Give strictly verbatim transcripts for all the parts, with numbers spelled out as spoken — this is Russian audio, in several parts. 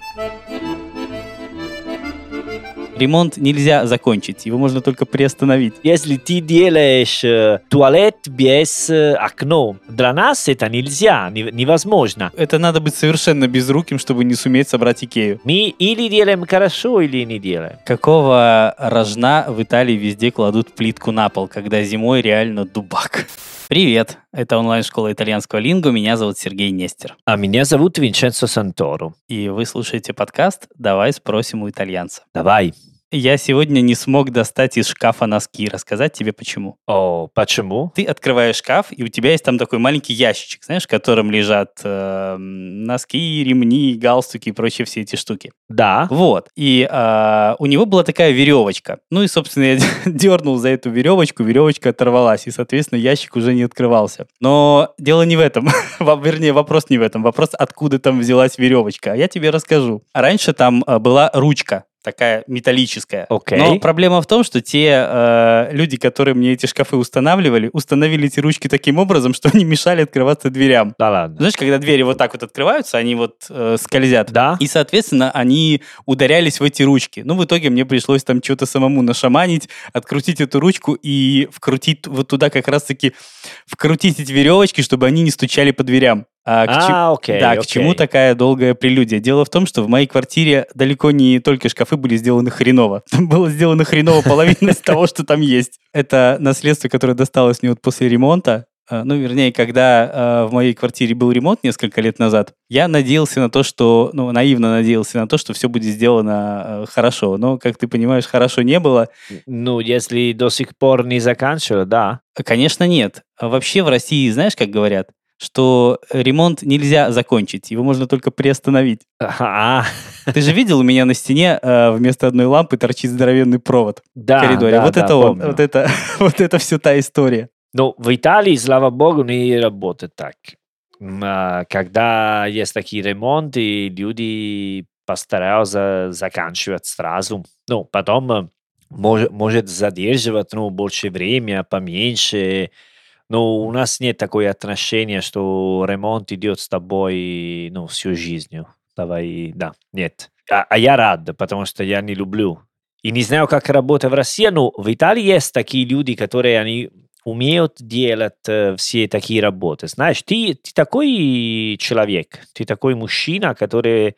Ремонт нельзя закончить, его можно только приостановить. Если ты делаешь э, туалет без э, окна, для нас это нельзя, не- невозможно. Это надо быть совершенно безруким, чтобы не суметь собрать Икею. Мы или делаем хорошо, или не делаем. Какого рожна в Италии везде кладут плитку на пол, когда зимой реально дубак? Привет, это онлайн-школа итальянского линго, меня зовут Сергей Нестер. А меня зовут Винченцо Санторо. И вы слушаете подкаст «Давай спросим у итальянца». Давай. Я сегодня не смог достать из шкафа носки. Рассказать тебе почему. О, почему? Ты открываешь шкаф, и у тебя есть там такой маленький ящичек, знаешь, в котором лежат э, носки, ремни, галстуки и прочие все эти штуки. Да. Вот. И э, у него была такая веревочка. Ну и, собственно, я дернул за эту веревочку, веревочка оторвалась, и, соответственно, ящик уже не открывался. Но дело не в этом. Вернее, вопрос не в этом. Вопрос, откуда там взялась веревочка. А я тебе расскажу. Раньше там э, была ручка. Такая металлическая. Окей. Но проблема в том, что те э, люди, которые мне эти шкафы устанавливали, установили эти ручки таким образом, что они мешали открываться дверям. Да ладно. Знаешь, когда двери вот так вот открываются, они вот э, скользят. Да. И, соответственно, они ударялись в эти ручки. Ну, в итоге мне пришлось там что-то самому нашаманить, открутить эту ручку и вкрутить вот туда как раз-таки, вкрутить эти веревочки, чтобы они не стучали по дверям. А, к А, чем- окей, да, окей. к чему такая долгая прелюдия? Дело в том, что в моей квартире далеко не только шкафы были сделаны хреново. Там было сделано хреново половина из того, что там есть. Это наследство, которое досталось мне вот после ремонта. А, Ну, вернее, когда а, в моей квартире был ремонт несколько лет назад, я надеялся на то, что, ну, наивно надеялся на то, что все будет сделано а, хорошо. Но, как ты понимаешь, хорошо не было. Ну, если до сих пор не заканчивал, да. Конечно, нет. А вообще в России, знаешь, как говорят, что ремонт нельзя закончить, его можно только приостановить. А, Ты же видел, у меня на стене э, вместо одной лампы торчит здоровенный провод да, в коридоре. да, вот да, это он, помню. вот это, вот это все та история. Ну, в Италии, слава богу, не работает так. М, а, Когда есть такие ремонты, люди постараются заканчивать сразу. Ну, потом э, может, может задерживать, ну, больше времени, поменьше. Но у нас нет такое отношения, что ремонт идет с тобой, ну, всю жизнь. Давай, да, нет. А, а я рад, потому что я не люблю. И не знаю, как работает в России, но в Италии есть такие люди, которые они умеют делать э, все такие работы. Знаешь, ты, ты такой человек, ты такой мужчина, который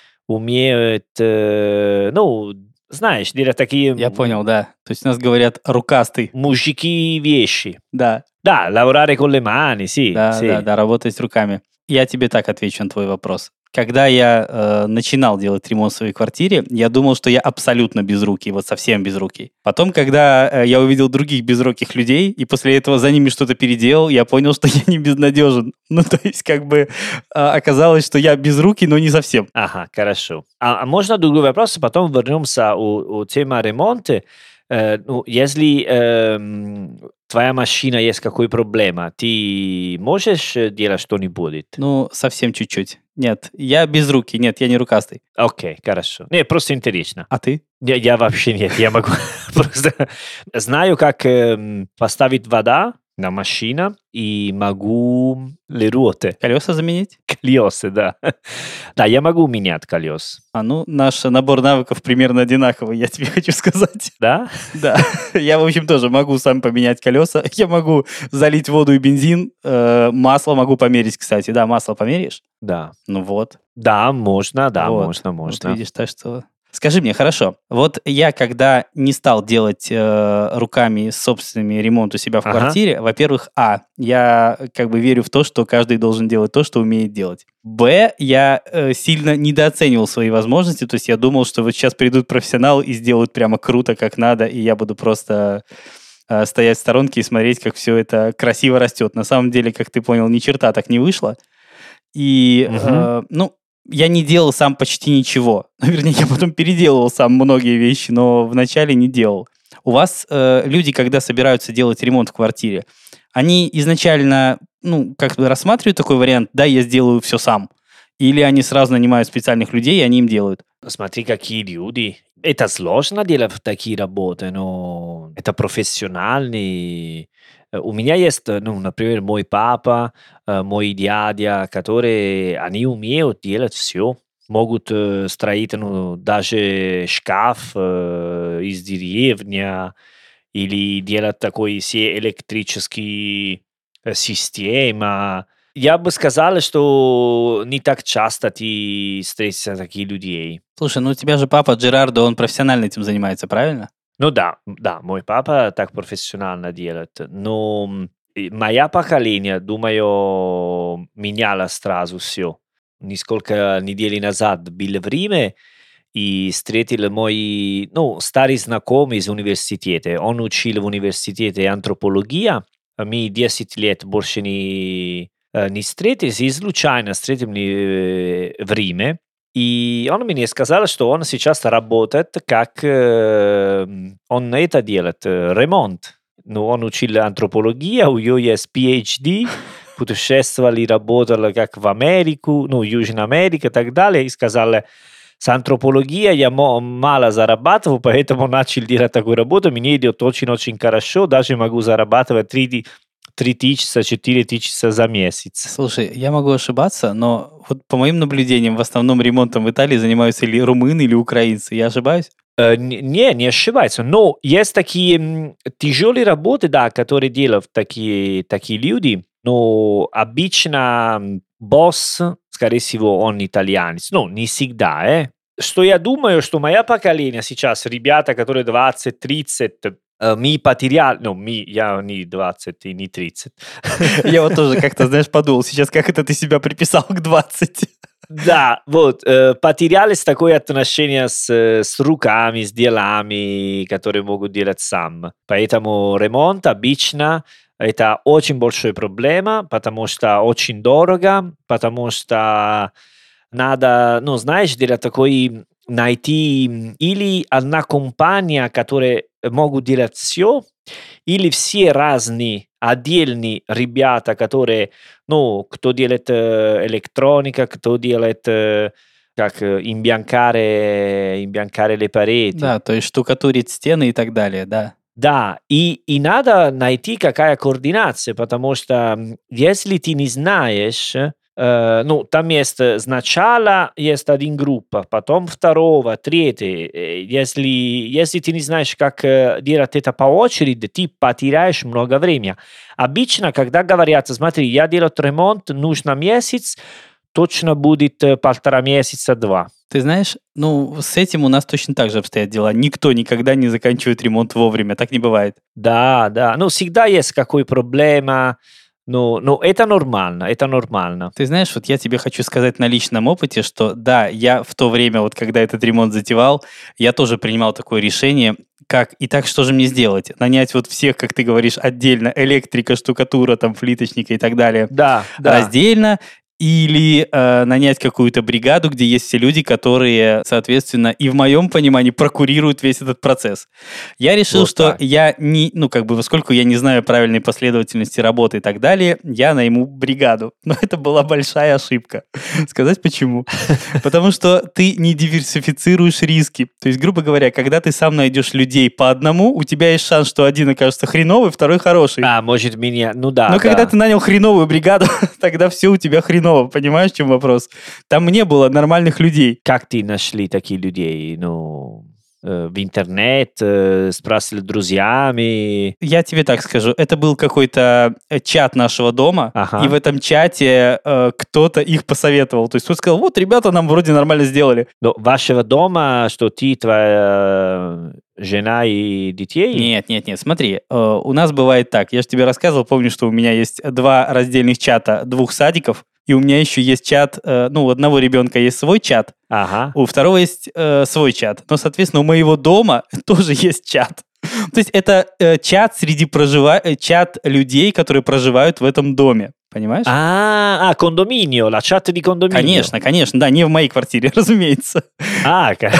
умеет, э, ну, знаешь, делать такие Я понял, да. То есть у нас говорят рукастый. мужики вещи. Да, Да, lavorare con le mani, sì, да, sì. да, да, работать руками. Я тебе так отвечу на твой вопрос. Когда я э, начинал делать ремонт в своей квартире, я думал, что я абсолютно безрукий, вот совсем безрукий. Потом, когда э, я увидел других безруких людей, и после этого за ними что-то переделал, я понял, что я не безнадежен. Ну, то есть, как бы э, оказалось, что я безрукий, но не совсем. Ага, хорошо. А, а можно другой вопрос, потом вернемся у, у темы ремонта. Э, ну, если эм, твоя машина есть какой проблема, ты можешь э, делать что-нибудь? Ну, совсем чуть-чуть. Нет, я безрукий, нет, я не рукастый. Окей, хорошо. Не, просто интересно. А ты? Я, я вообще нет, я могу просто знаю, как эм, поставить вода на машину и могу le ruote, Колеса заменить? колеса, да. Да, я могу менять колес. А ну, наш набор навыков примерно одинаковый, я тебе хочу сказать. Да? Да, я, в общем, тоже могу сам поменять колеса. Я могу залить воду и бензин, э, масло могу померить, кстати. Да, масло померяешь? Да. Ну вот. Да, можно, да, вот. можно, Вот можно. видишь, так что... Скажи мне, хорошо, вот я, когда не стал делать э, руками собственными ремонт у себя в Ага. квартире, во-первых, а, я как бы верю в то, что каждый должен делать то, что умеет делать. Б, я э, сильно недооценивал свои возможности, то есть я думал, что вот сейчас придут профессионалы и сделают прямо круто, как надо, и я буду просто э, стоять в сторонке и смотреть, как все это красиво растет. На самом деле, как ты понял, ни черта так не вышло. И, Мгм. э, ну, я не делал сам почти ничего. Вернее, я потом переделывал сам многие вещи, но вначале не делал. У вас э, люди, когда собираются делать ремонт в квартире, они изначально, ну, как бы рассматривают такой вариант, да, я сделаю все сам. Или они сразу нанимают специальных людей, и они им делают. Смотри, какие люди. Это сложно делать такие работы, но это профессиональные. Э, У меня есть, э, ну, например, мой папа, э, мой дядя, которые, они умеют делать все. могут э, строить ну, даже шкаф э, из деревня или делать такой все электрический э, система. Я бы сказал, что не так часто ты встретишься таких людей. Слушай, ну у тебя же папа Джерардо, он профессионально этим занимается, правильно? Ну да, да, мой папа так профессионально делает, но и моя поколение, думаю, меняло сразу все. Несколько недель назад был в Риме и встретил мой, ну, старый знакомый из университета. Он учил в университете антропология. Мы десять лет больше не, э, не встретились, и случайно встретились в Риме. И он мне сказал, что он сейчас работает, как э, он это делает, э, ремонт. Ну, он учил антропологию, у него есть пи эйч ди, путешествовал и работал как в Америку, ну, Южная Америка и так далее. И сказал, с антропологией я мало зарабатываю, поэтому начал делать такую работу. Мне идет очень-очень хорошо, даже могу зарабатывать три тысячи, четыре тысячи за месяц. Слушай, я могу ошибаться, но вот по моим наблюдениям, в основном ремонтом в Италии занимаются или румыны, или украинцы. Я ошибаюсь? Э, не, не ошибается. Но есть такие м, тяжелые работы, да, которые делают такие, такие люди. Но обычно м, босс, скорее всего, он итальянец. Ну, не всегда, э. Что я думаю, что моя поколение сейчас, ребята, которые двадцать-тридцать, э, мы потеряли, ну, мы, я не двадцать и не тридцать. Я вот тоже как-то, знаешь, подумал, сейчас как это ты себя приписал к двадцати. Да, вот, э, потерялись такое отношение с, с руками, с делами, которые могут делать сам. Поэтому ремонт обычно это очень большая проблема, потому что очень дорого, потому что надо, ну, знаешь, делать такой, найти или одна компания, которая могут делать все, или все разные отдельные ребята, которые, ну, кто делает э, электроника, кто делает э, как э, имбианкare, имбианкare le pareti. Да, то есть штукатурить стены и так далее, да. Да, и, и надо найти какая координация, потому что если ты не знаешь, э, ну, там есть сначала есть один группа, потом второго, третьего. Если, если ты не знаешь, как делать это по очереди, ты потеряешь много времени. Обычно, когда говорят, смотри, я делаю ремонт, нужно месяц, точно будет полтора месяца, два. Ты знаешь, ну, с этим у нас точно так же обстоят дела. Никто никогда не заканчивает ремонт вовремя, так не бывает. Да, да, ну, всегда есть какая проблема, но, но это нормально, это нормально. Ты знаешь, вот я тебе хочу сказать на личном опыте, что да, я в то время, вот когда этот ремонт затевал, я тоже принимал такое решение, как, и так что же мне сделать? Нанять вот всех, как ты говоришь, отдельно, электрика, штукатура, там, плиточника и так далее, Да, да. раздельно, или э, нанять какую-то бригаду, где есть все люди, которые, соответственно, и в моем понимании прокурируют весь этот процесс. Я решил, Вот что так. я не, ну, как бы, поскольку я не знаю правильной последовательности работы и так далее, я найму бригаду. Но это была большая ошибка. Сказать почему? Потому что ты не диверсифицируешь риски. То есть, грубо говоря, когда ты сам найдешь людей по одному, у тебя есть шанс, что один окажется хреновый, второй хороший. А, может, меня, ну да, Но да. когда ты нанял хреновую бригаду, тогда все у тебя хреново. Понимаешь, в чем вопрос? Там не было нормальных людей. Как ты нашли таких людей? Ну, э, в интернет, э, спрашивали друзьями? Я тебе так скажу, это был какой-то э, чат нашего дома, Ага. и в этом чате э, кто-то их посоветовал. То есть он сказал, вот, ребята нам вроде нормально сделали. Но вашего дома, что ты, твоя жена и детей? Нет, нет, нет, смотри, э, у нас бывает так, я же тебе рассказывал, помню, что у меня есть два раздельных чата двух садиков, и у меня еще есть чат, э, ну, у одного ребенка есть свой чат, Ага. у второго есть э, свой чат. Но, соответственно, у моего дома тоже есть чат. То есть это э, чат среди прожива... э, чат людей, которые проживают в этом доме. Понимаешь? А, а, кондоминио, la chat di condominio. Конечно, конечно, да, не в моей квартире, разумеется. А, ка-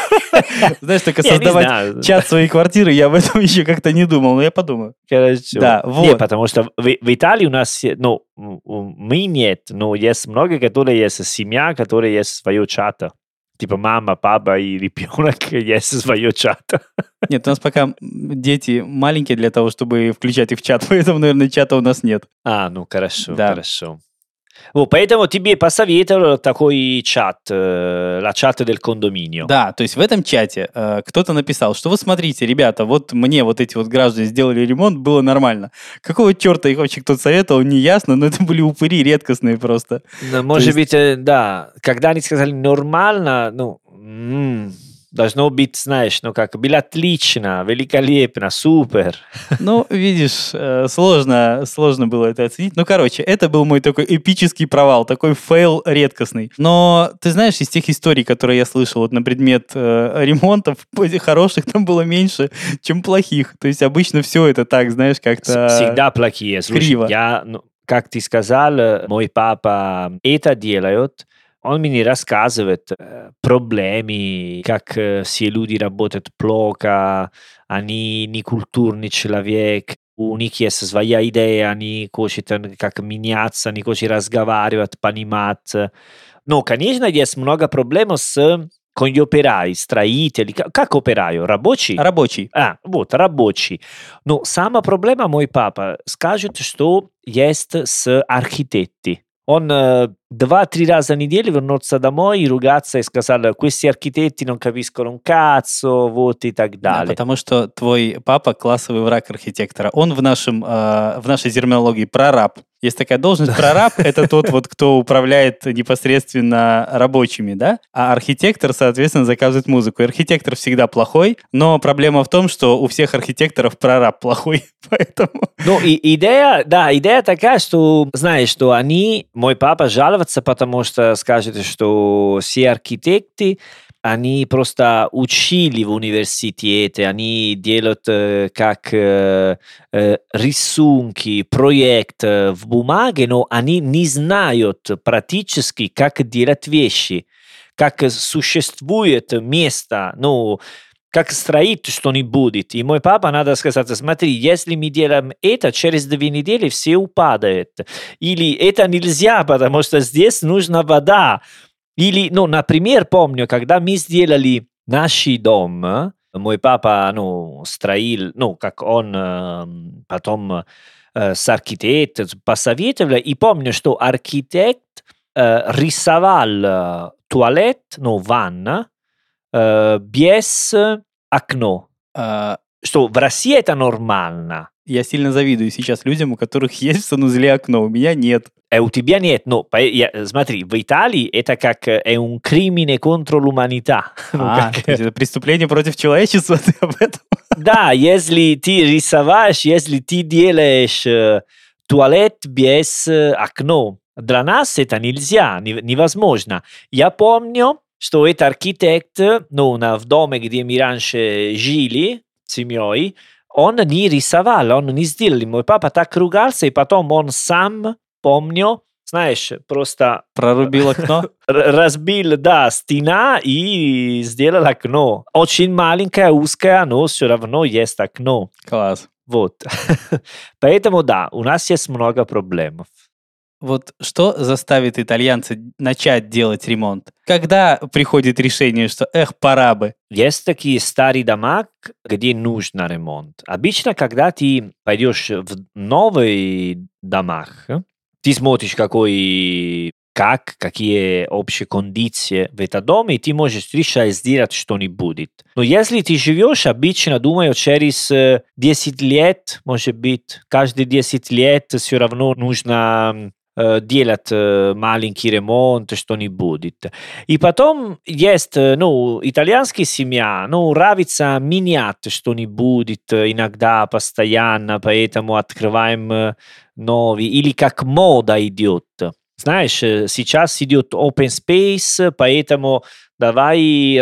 Знаешь, только Я не создавать знаю. чат своей квартиры, я об этом еще как-то не думал, но я подумаю. Хорошо. Да, вот. Не, потому что в, в Италии у нас, е- ну, м- м- мы нет, но есть много, которые есть семья, которые есть свое чата. Типа мама, папа и ребенок есть свое чата. Нет, у нас пока м, дети маленькие для того, чтобы включать их в чат, поэтому, наверное, чата у нас нет. А, ну хорошо, Да. хорошо. Вот, поэтому тебе посоветовал такой чат, э, la chat del condominio. Да, то есть в этом чате э, кто-то написал, что вот смотрите, ребята, вот мне вот эти вот граждане сделали ремонт, было нормально. Какого черта их вообще кто-то советовал, не ясно, но это были упыри редкостные просто. Ну, может есть- быть, э, да, когда они сказали нормально, ну, м, должно быть, знаешь, ну как, было отлично, великолепно, супер. Ну, видишь, э, сложно, сложно было это оценить. Ну, короче, это был мой такой эпический провал, такой фейл редкостный. Но, ты знаешь, из тех историй, которые я слышал вот на предмет э, ремонтов, хороших там было меньше, чем плохих. То есть обычно все это так, знаешь, как-то... Всегда плохие. Слушай, криво. я, ну, как ты сказал, э, мой папа это делает. Он мне рассказывает э, проблемы, как э, все люди работают плохо, они не культурный человек, у них есть своя идея, они хотят э, как меняться, они хотят разговаривать, понимать. Но, конечно, есть много проблем с con gli operai, строители. Ка- Как operai? Рабочий? Рабочий. А, вот, рабочий. Но самая проблема, мой папа скажет, что есть с архитекти. Он э, два-три раза в неделю вернется домой и ругаться и сказал, questi architetti non capiscono un cazzo, вот и так Да, далее. потому что твой папа классовый враг архитектора. Он в, нашем, э, в нашей терминологии прораб. Есть такая должность, прораб — это тот, вот, кто управляет непосредственно рабочими, да? А архитектор, соответственно, заказывает музыку. И архитектор всегда плохой, но проблема в том, что у всех архитекторов прораб плохой, поэтому... Ну, и идея, да, идея такая, что, знаешь, что они, мой папа жалуется, потому что скажет, что все архитекты, они просто учили в университете, они делают э, как э, э, рисунки, проект э, в бумаге, но они не знают практически, как делать вещи, как существует место, ну, как строить что-нибудь. И мой папа надо сказать, смотри, если мы делаем это, через две недели все упадет. Или это нельзя, потому что здесь нужна вода. Или, ну, например, помню, когда мы сделали наш дом, мой папа, ну, строил, ну, как он э, потом э, с архитектором посоветовал, и помню, что архитект э, рисовал э, туалет, ну, ванна, э, без окно. А, Что в России это нормально. я сильно завидую сейчас людям, у которых есть в санузле окно, у меня нет. Э, у тебя нет, но по- я- смотри, в Италии это как э, è un crimine contro l'umanità. Ну, А, как- то есть это преступление против человечества, ты об этом? Да, если ты рисоваешь, если ты делаешь э, туалет без э, окно, для нас это нельзя, не- невозможно. Я помню, что этот архитект, ну, на- в доме, где мы раньше жили с семьей, он не рисовал, он не сделал. Мой папа так ругался, и потом он сам, помню, знаешь, просто Прорубил окно? р- разбил, да, стена и сделал окно. Очень маленькое, узкое, но все равно есть окно. Класс. Вот. Поэтому, да, у нас есть много проблем. Вот что заставит итальянца начать делать ремонт? Когда приходит решение, что, эх, пора бы? Есть такие старые дома, к- где нужно ремонт. Обычно, когда ты пойдешь в новые домах, э, ты смотришь, какой, как, какие общие кондиции в этом доме, и ты можешь решать сделать что-нибудь. Но если ты живешь, обычно, думаю, через э, десять лет, может быть, каждые десять лет все равно нужно э, делать э, маленький ремонт, что-нибудь. И потом есть, э, ну, итальянская семья, ну, нравится менять что-нибудь э, иногда, постоянно, поэтому открываем э, новый, или как мода идет. Знаешь, э, сейчас идет open space, поэтому давай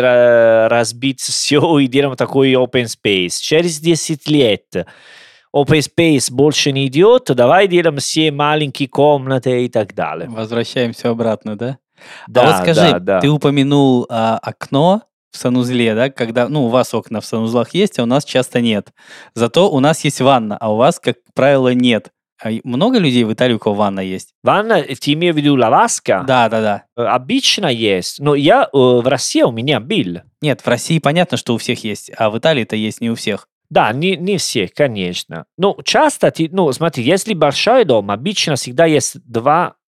ра- разбить все и делаем такой open space. Через десять лет open space больше не идет, давай делаем все маленькие комнаты и так далее. Возвращаемся обратно, да? Да, а вот скажи, да, да. ты упомянул а, окно в санузле, да, когда, ну, у вас окна в санузлах есть, а у нас часто нет. Зато у нас есть ванна, а у вас, как правило, нет. А и много людей в Италии, у кого ванна есть? Ванна, ты имеешь в виду лаваска? Да, да, да. Э, Обычно есть, но я э, в России у меня был. Нет, в России понятно, что у всех есть, а в Италии-то есть не у всех. Да, не, не все, конечно. Но часто, ты, ну, смотри, если большой дом, обычно всегда есть два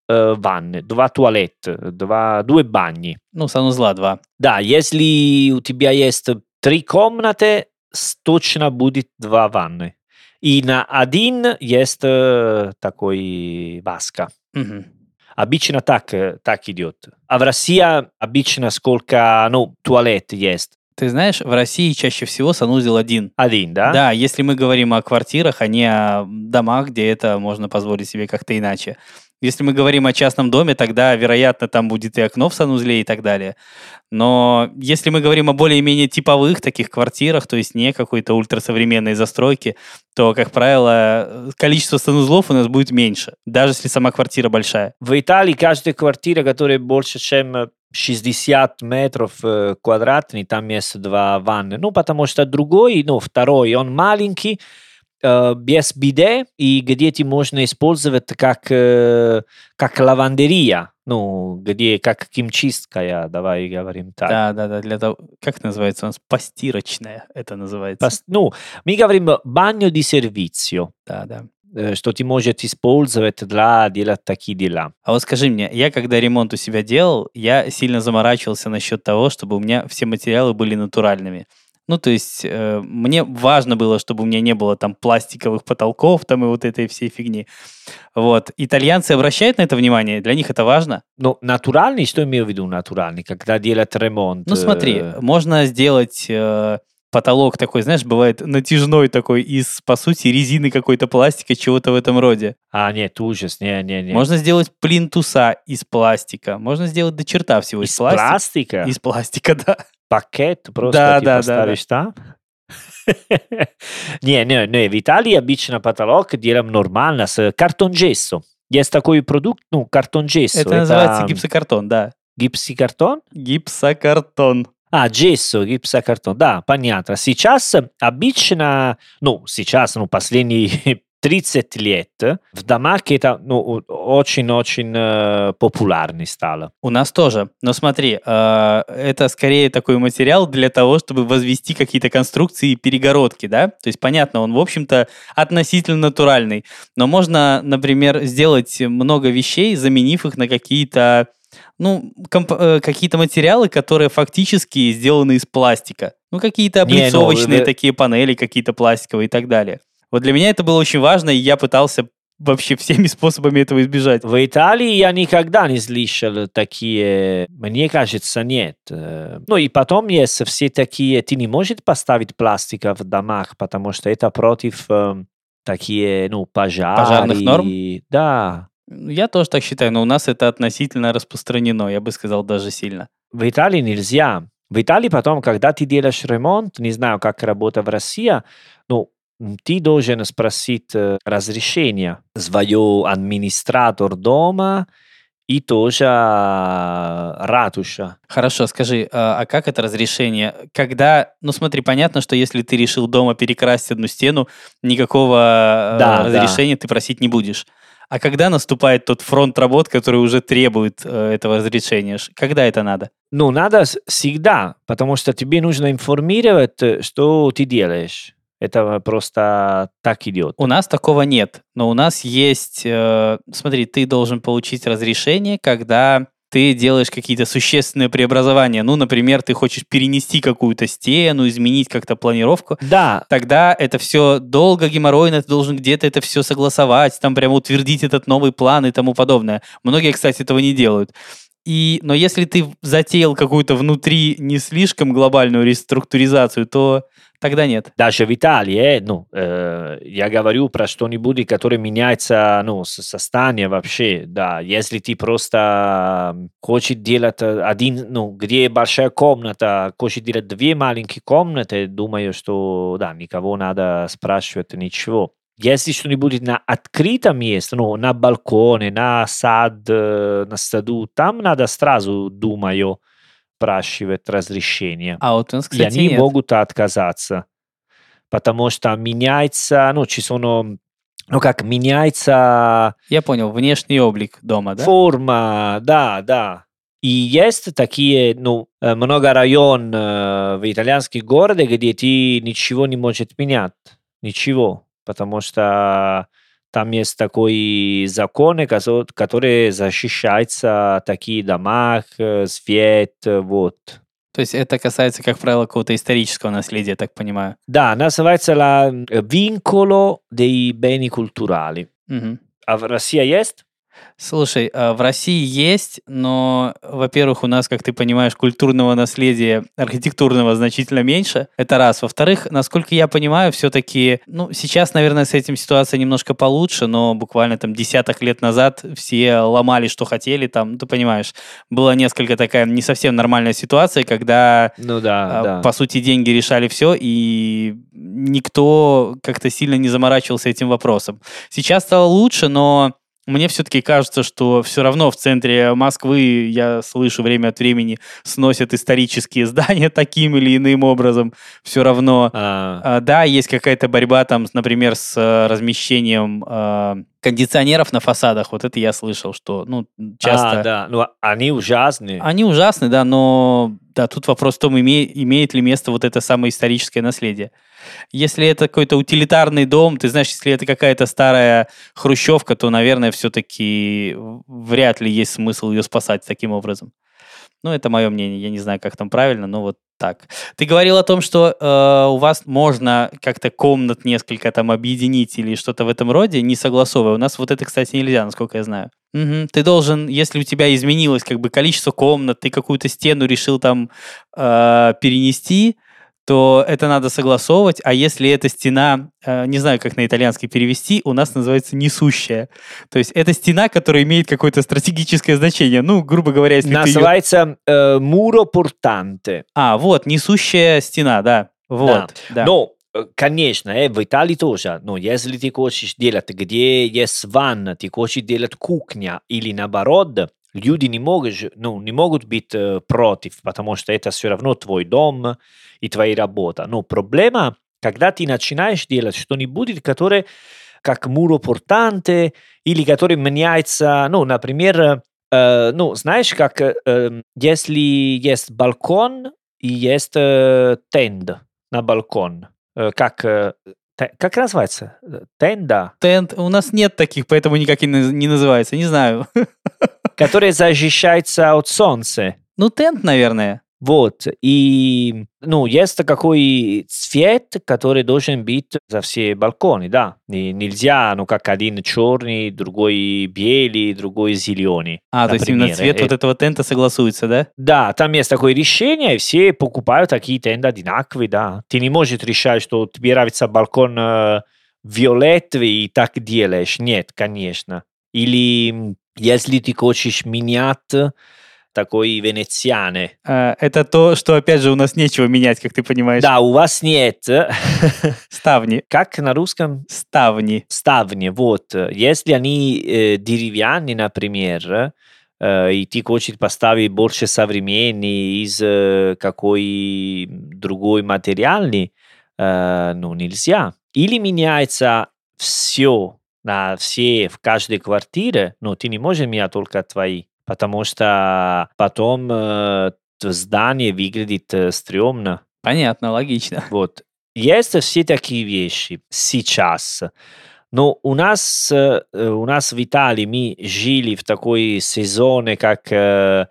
э, ванны, два туалета, два, due bagni. Ну, санузла два. Да, если у тебя есть три комнаты, с- точно будет два ванны. И на один есть э, такой васка. Мгм. Обычно так, э, так идет. А в России обычно сколько, ну, туалет есть? Ты знаешь, в России чаще всего санузел один. Один, да? Да, если мы говорим о квартирах, а не о домах, где это можно позволить себе как-то иначе. Если мы говорим о частном доме, тогда, вероятно, там будет и окно в санузле и так далее. Но если мы говорим о более-менее типовых таких квартирах, то есть не какой-то ультрасовременной застройки, то, как правило, э, количество санузлов у нас будет меньше, даже если сама квартира большая. В Италии каждая квартира, которая больше, чем шестьдесят метров э, квадратных, там есть два ванны. Ну, потому что другой, ну, второй, он маленький, э, без биде, и где ты можно использовать как, э, как лавандерия, ну, где как химчистка, давай говорим так. Да, да, да, для того, как это называется у нас? Постирочная это называется. Пос- ну, мы говорим bagno di servizio, Да, да. э, что ты можешь использовать для делать такие дела. А вот скажи мне, я когда ремонт у себя делал, я сильно заморачивался насчет того, чтобы у меня все материалы были натуральными. Ну, то есть э, мне важно было, чтобы у меня не было там пластиковых потолков там и вот этой всей фигни. Вот. Итальянцы обращают на это внимание? Для них это важно? Ну, натуральный, что имею в виду натуральный, когда делать ремонт? Ну, смотри, э, можно сделать э, потолок такой, знаешь, бывает натяжной такой из, по сути, резины какой-то пластика, чего-то в этом роде. А, нет, ужас, не, не, не. Можно сделать плинтуса из пластика. Можно сделать до черта всего из, Из пластика. пластика? Из пластика, да. Пакет просто Да, ты да, да, поставишь там? Не, не, не, в Италии обычно потолок делаем нормально, с картон-джессо. Есть такой продукт, ну, картон-джессо. Это называется гипсокартон, да. Гипсокартон? Гипсокартон. А, gesso, гипсокартон. Да, понятно. Сейчас обычно, ну, сейчас, ну, последние тридцать лет в домах это, ну, очень-очень э, популярный стало. У нас тоже. Но смотри, э, это скорее такой материал для того, чтобы возвести какие-то конструкции и перегородки, да? То есть, понятно, он, в общем-то, относительно натуральный. Но можно, например, сделать много вещей, заменив их на какие-то ну, комп- э, какие-то материалы, которые фактически сделаны из пластика. Ну, какие-то облицовочные Не, ну, такие панели, какие-то пластиковые и так далее. Вот для меня это было очень важно, и я пытался вообще всеми способами этого избежать. В Италии я никогда не слышал такие, мне кажется, нет. Э, Ну и потом есть все такие, ты не можешь поставить пластика в домах, потому что это против э, такие, ну, пожары. Пожарных норм? Да. Я тоже так считаю, но у нас это относительно распространено, я бы сказал, даже сильно. В Италии нельзя. В Италии потом, когда ты делаешь ремонт, не знаю, как работает в России, ну, м, ты должен спросить э, разрешение своего администратор дома и тоже э, ратуша. Хорошо, скажи, а а как это разрешение? Когда, ну смотри, понятно, что если ты решил дома перекрасить одну стену, никакого э, Да, да. разрешения ты просить не будешь. А когда наступает тот фронт работ, который уже требует э, этого разрешения? Ш- Когда это надо? Ну, надо с- всегда, потому что тебе нужно информировать, э, что ты делаешь. Это просто так идет. У нас такого нет, но у нас есть, э, смотри, ты должен получить разрешение, когда ты делаешь какие-то существенные преобразования. Ну, например, ты хочешь перенести какую-то стену, изменить как-то планировку. Да, Тогда это все долго, геморройно, ты должен где-то это все согласовать, там прямо утвердить этот новый план и тому подобное. Многие, кстати, этого не делают. И, но если ты затеял какую-то внутри не слишком глобальную реструктуризацию, то тогда нет. даже в Италии, э, ну, э, я говорю про что-нибудь, которое меняется, ну, с- состояние вообще, да. Если ты просто м, хочешь делать э, один, ну, где большая комната, хочешь делать две маленькие комнаты, думаю, что, да, никого надо спрашивать ничего. Если что-нибудь на открытом месте, ну, на балконе, на сад, э, на саду, там надо сразу, думаю, спрашивать разрешение. А вот у нас, И кстати, они нет. могут отказаться, потому что меняется, ну, ci sono, ну, как меняется Я понял, внешний облик дома, да? форма, да, да. И есть такие, ну, э, много район э, в итальянских городах, где ты ничего не можешь менять, ничего, потому что Там есть такой закон, кото- который защищается такие дома, э, свет, э, вот. То есть это касается, как правило, какого-то исторического наследия, я так понимаю. Да, называется la eh, vincolo dei beni culturali. Мгм. А в России есть? Слушай, а в России есть, но, во-первых, у нас, как ты понимаешь, культурного наследия архитектурного значительно меньше. Это раз. Во-вторых, насколько я понимаю, все-таки, ну, сейчас, наверное, с этим ситуация немножко получше, но буквально там десяток лет назад все ломали, что хотели, там, ты понимаешь, была несколько такая не совсем нормальная ситуация, когда, Ну да, а, да. по сути, деньги решали все, и никто как-то сильно не заморачивался этим вопросом. Сейчас стало лучше, но мне все-таки кажется, что все равно в центре Москвы, я слышу, время от времени сносят исторические здания таким или иным образом. Все равно, А, а, да, есть какая-то борьба там, с- например, с э, размещением а, кондиционеров на фасадах. Вот это я слышал, что, ну, а, часто да, ну они ужасные. они ужасны, да, но да, тут вопрос в том, име- имеет ли место вот это самое историческое наследие. Если это какой-то утилитарный дом, ты знаешь, если это какая-то старая хрущевка, то, наверное, все-таки вряд ли есть смысл ее спасать таким образом. Ну, это мое мнение, я не знаю, как там правильно, но вот так. Ты говорил о том, что э, у вас можно как-то комнат несколько там объединить или что-то в этом роде, не согласовывая. У нас вот это, кстати, нельзя, насколько я знаю. Мгм. Ты должен, если у тебя изменилось как бы количество комнат, ты какую-то стену решил там э, перенести, то это надо согласовывать, а если эта стена, э, не знаю, как на итальянский перевести, у нас называется несущая. То есть это стена, которая имеет какое-то стратегическое значение. Ну, грубо говоря, если ты ее... Называется э, muro portante. А, вот, несущая стена, да. Вот, да. Но, э, конечно, э, в Италии тоже. Но если ты хочешь делать, где есть ванна, ты хочешь делать кухня или наоборот, люди не могут, же- ну, не могут быть э, против, потому что это все равно твой дом и твоя работа. Но проблема, когда ты начинаешь делать что-нибудь, которое как muro portante или который меняется, ну, например, э, ну, знаешь, как э, э, если есть балкон и есть э, тент на балкон, э, как, э, те- как называется? Э, Тенда, Тент, у нас нет таких, поэтому никак и наз- не называется, не знаю. который защищается от солнца. Ну, тент, наверное. Вот, и, ну, есть какой цвет, который должен быть за все балконы, да. И нельзя, ну, как один черный, другой белый, другой зеленый, А, то есть именно например. цвет Э, вот этого тента согласуется, да? Да, там есть такое решение, и все покупают такие тенды одинаковые, да. Ты не можешь решать, что тебе нравится балкон э, фиолетовый, и так делаешь. Нет, конечно. Или м, если ты хочешь менять такой венецианы. А, это то, что, опять же, у нас нечего менять, как ты понимаешь. Да, у вас нет. Ставни. Как на русском? Ставни. Ставни, вот. Если они э, деревянные, например, э, и ты хочешь поставить больше современный из э, какой другой материальный, э, ну, нельзя. Или меняется все на все в каждой квартире, но ты не можешь менять только твои, потому что потом э, здание выглядит э, стрёмно. Понятно, логично. Вот. Есть все такие вещи сейчас. Но у нас, э, у нас в Италии мы жили в такой сезоне, как э,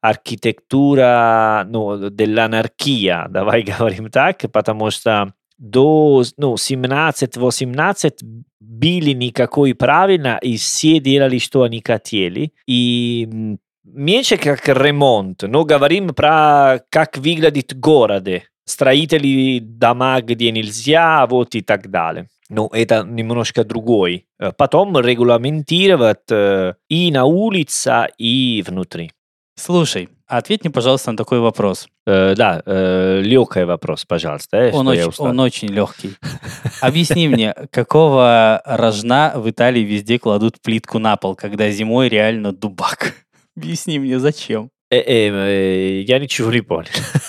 архитектура, ну, dell'anarchia, давай говорим так, потому что до ну, семнадцать-восемнадцать были никакой правильно, и все делали, что они хотели. И м, меньше как ремонт, но говорим про как выглядит город, строители дома, где нельзя, вот и так далее. Но это немножко другой. Э, Потом регламентировать э, и на улице, и внутри. Слушай, ответь мне, пожалуйста, на такой вопрос. Э, да, э, легкий вопрос, пожалуйста. э, Он что я очень, устал. он очень легкий. Объясни мне, какого рожна в Италии везде кладут плитку на пол, когда зимой реально дубак? Объясни мне, зачем? Э, э, э, я ничего не понял.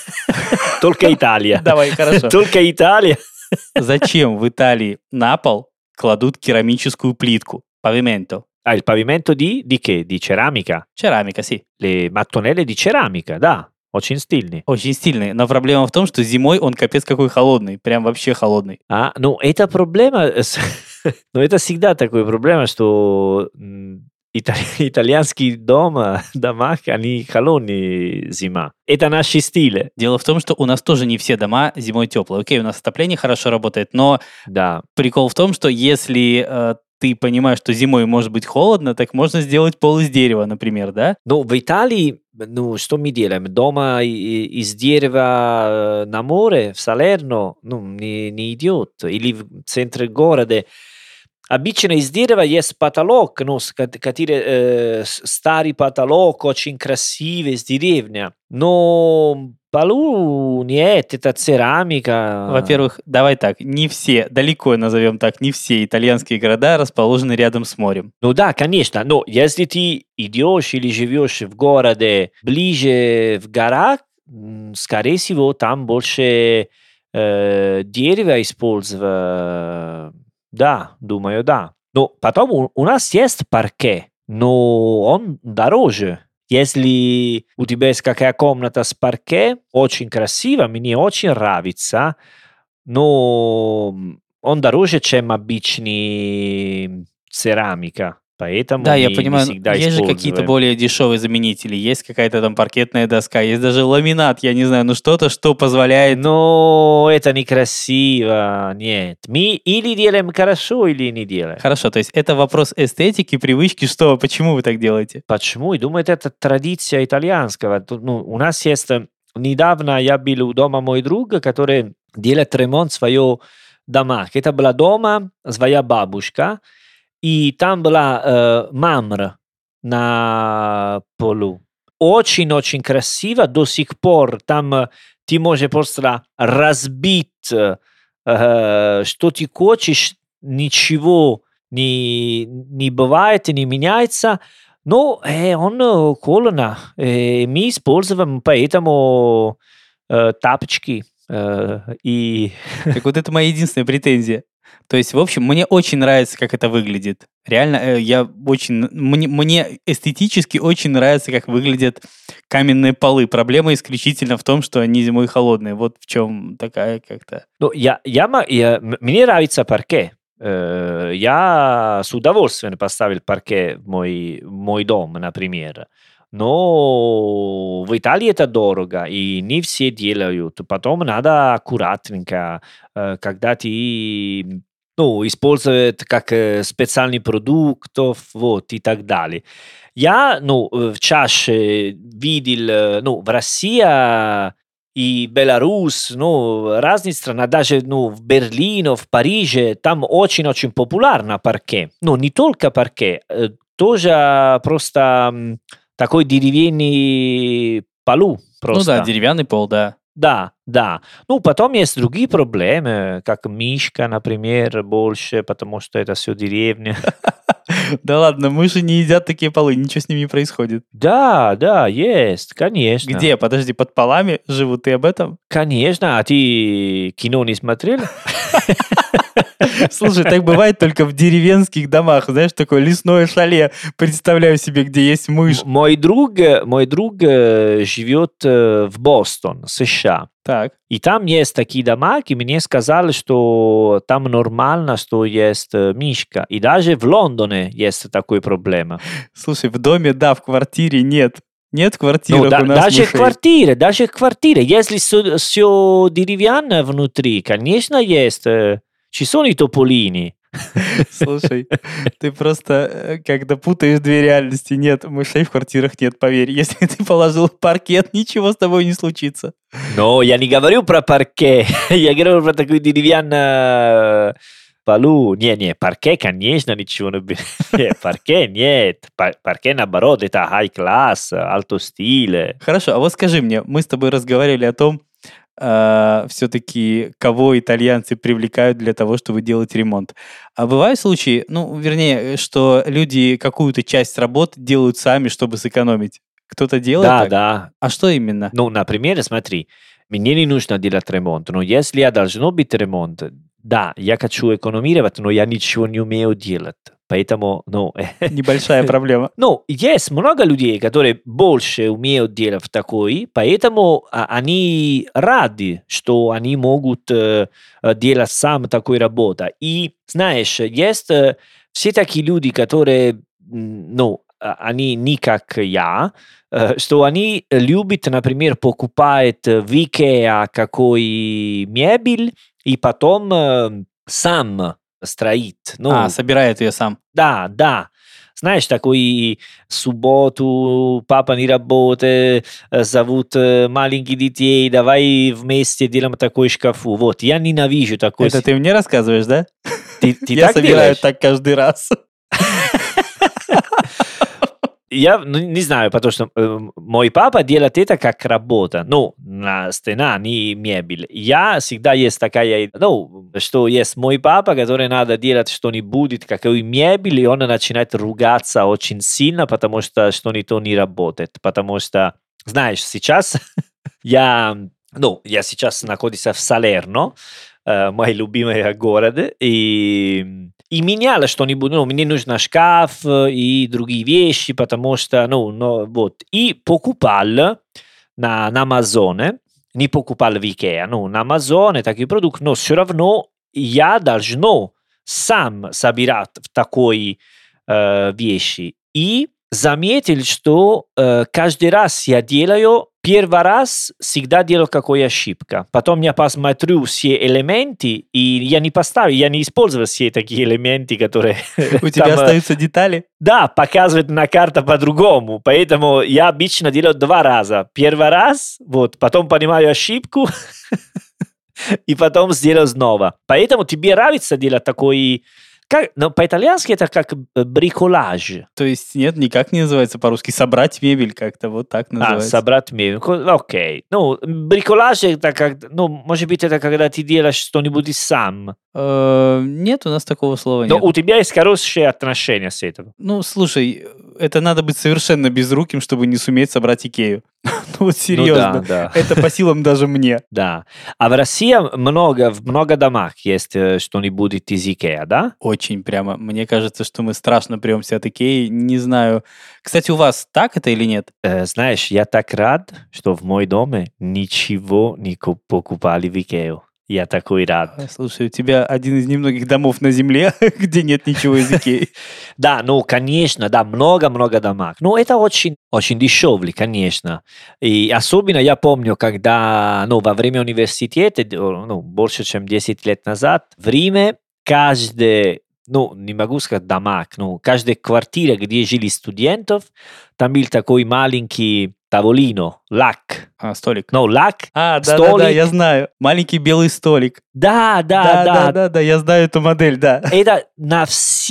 Только Италия. Давай, хорошо. Только Италия. Зачем в Италии на пол кладут керамическую плитку? Pavimento. Ah, il pavimento di, di che? Di ceramica? Ceramica, sì. Le mattonelle di ceramica, да. Очень стильные. Очень стильный. Но проблема в том, что зимой он капец какой холодный. Прям вообще холодный. А, ну, это проблема с, Но это всегда такая проблема, что итальянские дома, дома, они холодные зима. Это наш стиль. Дело в том, что у нас тоже не все дома зимой теплые. Окей, у нас отопление хорошо работает, но да. Прикол в том, что если э, ты понимаешь, что зимой может быть холодно, так можно сделать пол из дерева, например, да? Ну, в Италии, ну, что мы делаем? Дома из дерева на море, в Салерно, ну, не, не идет. Или в центре города. Обычно из дерева есть потолок, ну, который э, старый потолок, очень красивый, из деревня. Но полу нет, это церамика. Во-первых, давай так, не все, далеко назовем так, не все итальянские города расположены рядом с морем. Ну да, конечно, но если ты идешь или живешь в городе ближе в горах, скорее всего, там больше э, дерева использовать. Да, думаю, да. Но потом у, у нас есть парке, но он дороже. Если у тебя есть какая комната с парке, очень красиво, мне очень нравится, но он дороже, чем обычный церамика. Поэтому да, не, я понимаю, не всегда есть же какие-то более дешевые заменители, есть какая-то там паркетная доска, есть даже ламинат, я не знаю, ну что-то, что позволяет... Но это некрасиво, нет. Мы или делаем хорошо, или не делаем. Хорошо, то есть это вопрос эстетики, привычки, что, почему вы так делаете? Почему? Я думаю, это традиция итальянского. Ну, у нас есть... Недавно я был у дома мой друг, который делает ремонт в своем дома. Это была дома своя бабушка, и там была э, мрамор на полу. Очень-очень красиво. До сих пор там ты можешь просто разбить, э, что ты хочешь, ничего не, не бывает, не меняется. Но э, он холодно. Э, мы используем поэтому э, тапочки. Э, и... Так вот это моя единственная претензия. То есть, в общем, мне очень нравится, как это выглядит. Реально, я очень... Мне, мне эстетически очень нравится, как выглядят каменные полы. Проблема исключительно в том, что они зимой холодные. Вот в чем такая как-то... Ну, я, я, я, мне нравится парке. Я с удовольствием поставил парке в мой, в мой дом, например. Но в Италии это дорого, и не все делают. Потом надо аккуратненько, когда ты ну, используешь как специальный продукт, вот, и так далее. Я ну, чаще видел, ну, в России и Беларусь, ну, разные страны, даже ну, в Берлине, в Париже, там очень-очень популярно парке. Ну, не только парке, тоже просто такой деревянный полу. Просто. Ну да, деревянный пол, да. Да, да. Ну, потом есть другие проблемы, как мишка, например, больше, потому что это все деревня. Да ладно, мыши не едят такие полы, ничего с ними не происходит. Да, да, есть, конечно. Где? Подожди, под полами живут, ты об этом? Конечно, а ты кино не смотрел? Слушай, так бывает только в деревенских домах, знаешь, такое лесное шале. Представляю себе, где есть мышь. Мой друг, мой друг живет в Бостон, США. Так. И там есть такие дома, и мне сказали, что там нормально, что есть мишка. И даже в Лондоне есть такая проблема. Слушай, в доме, да, в квартире нет. Нет квартиры ну, да, у нас даже мышей. в квартире, даже в квартире. Если все, все деревянное внутри, конечно, есть. Ci sono i topolini. Слушай, ты просто когда путаешь две реальности. Нет, мышей в квартирах нет, поверь. Если ты положил паркет, ничего с тобой не случится. Но я не говорю про паркет. Я говорю про такую деревянную полу. Не, не, паркет, конечно, ничего не будет. Паркет нет. Паркет, наоборот, это high-class, alto stile. Хорошо, а вот скажи мне, мы с тобой разговаривали о том, Uh, все-таки кого итальянцы привлекают для того, чтобы делать ремонт. А бывают случаи, ну, вернее, что люди какую-то часть работ делают сами, чтобы сэкономить. Кто-то делает да, так? Да. А что именно? Ну, например, смотри, мне не нужно делать ремонт, но если я должен быть ремонт, да, я хочу экономировать, но я ничего не умею делать. Поэтому, ну... Небольшая проблема. Ну, есть много людей, которые больше умеют делать такое, поэтому а, они рады, что они могут э, делать сам такую работу. И, знаешь, есть э, все такие люди, которые, ну, они не как я, э, что они любят, например, покупать в Икеа какой мебель и потом э, сам строит. Ну, а, собирает ее сам. Да, да. Знаешь, такой субботу, папа не работает, зовут маленьких детей, давай вместе делаем такой шкафу. Вот, я ненавижу такой... Это ты мне рассказываешь, да? Ты, ты я так собираю делаешь? так каждый раз. Я ну, не знаю, потому что э, мой папа делает это как работа. Ну, на стена, не мебель. Я всегда есть такая, ну, что есть мой папа, который надо делать что-нибудь, какой мебель, и он начинает ругаться очень сильно, потому что что-нибудь не работает. Потому что, знаешь, сейчас я, ну, я сейчас нахожусь в Салерно, э, мой любимый город, и... И меняла что-нибудь, ну, мне нужен шкаф и другие вещи, потому что, ну, ну вот. И покупал на, на Амазоне, не покупал в Икеа, ну, на Амазоне такой продукт, но все равно я должен сам собирать в такой э, вещи. И заметил, что э, каждый раз я делаю, первый раз всегда делаю какую ошибку. Потом я посмотрю все элементы, и я не поставил, я не использовал все такие элементы, которые... У тебя остаются детали? Да, показывает на карте по-другому. Поэтому я обычно делаю два раза. Первый раз, вот, потом понимаю ошибку, и потом сделаю снова. Поэтому тебе нравится делать такой... Как, но по-итальянски это как бриколаж. То есть нет, никак не называется по-русски. Собрать мебель как-то вот так называется. А, собрать мебель. Окей. Ну, бриколаж это как... Ну, может быть, это когда ты делаешь что-нибудь сам. Э, нет, у нас такого слова Но нет. у тебя есть хорошие отношения с этим. Ну, слушай, это надо быть совершенно безруким, чтобы не суметь собрать Икею. Ну вот серьезно. Ну, да, да. Это по силам даже мне. Да. А в России много, в много домах есть что-нибудь из Икеа, да? Очень прямо. Мне кажется, что мы страшно премся от Икеи. Не знаю. Кстати, у вас так это или нет? Э, знаешь, я так рад, что в моем доме ничего не покупали в Икею. Я такой рад. Слушай, у тебя один из немногих домов на земле, где нет ничего из Икеи. Да, ну, конечно, да, много-много домов. Но это очень, очень дешевле, конечно. И особенно я помню, когда, ну, во время университета, ну, больше, чем десять лет назад, в Риме каждый, ну, не могу сказать домах, ну, каждая квартира, где жили студентов, там был такой маленький таvolino, лак. А, столик. Ну, лак, А, столик. да-да-да, я знаю. Маленький белый столик. Да, да, да. Да-да-да, я знаю эту модель, да. Это на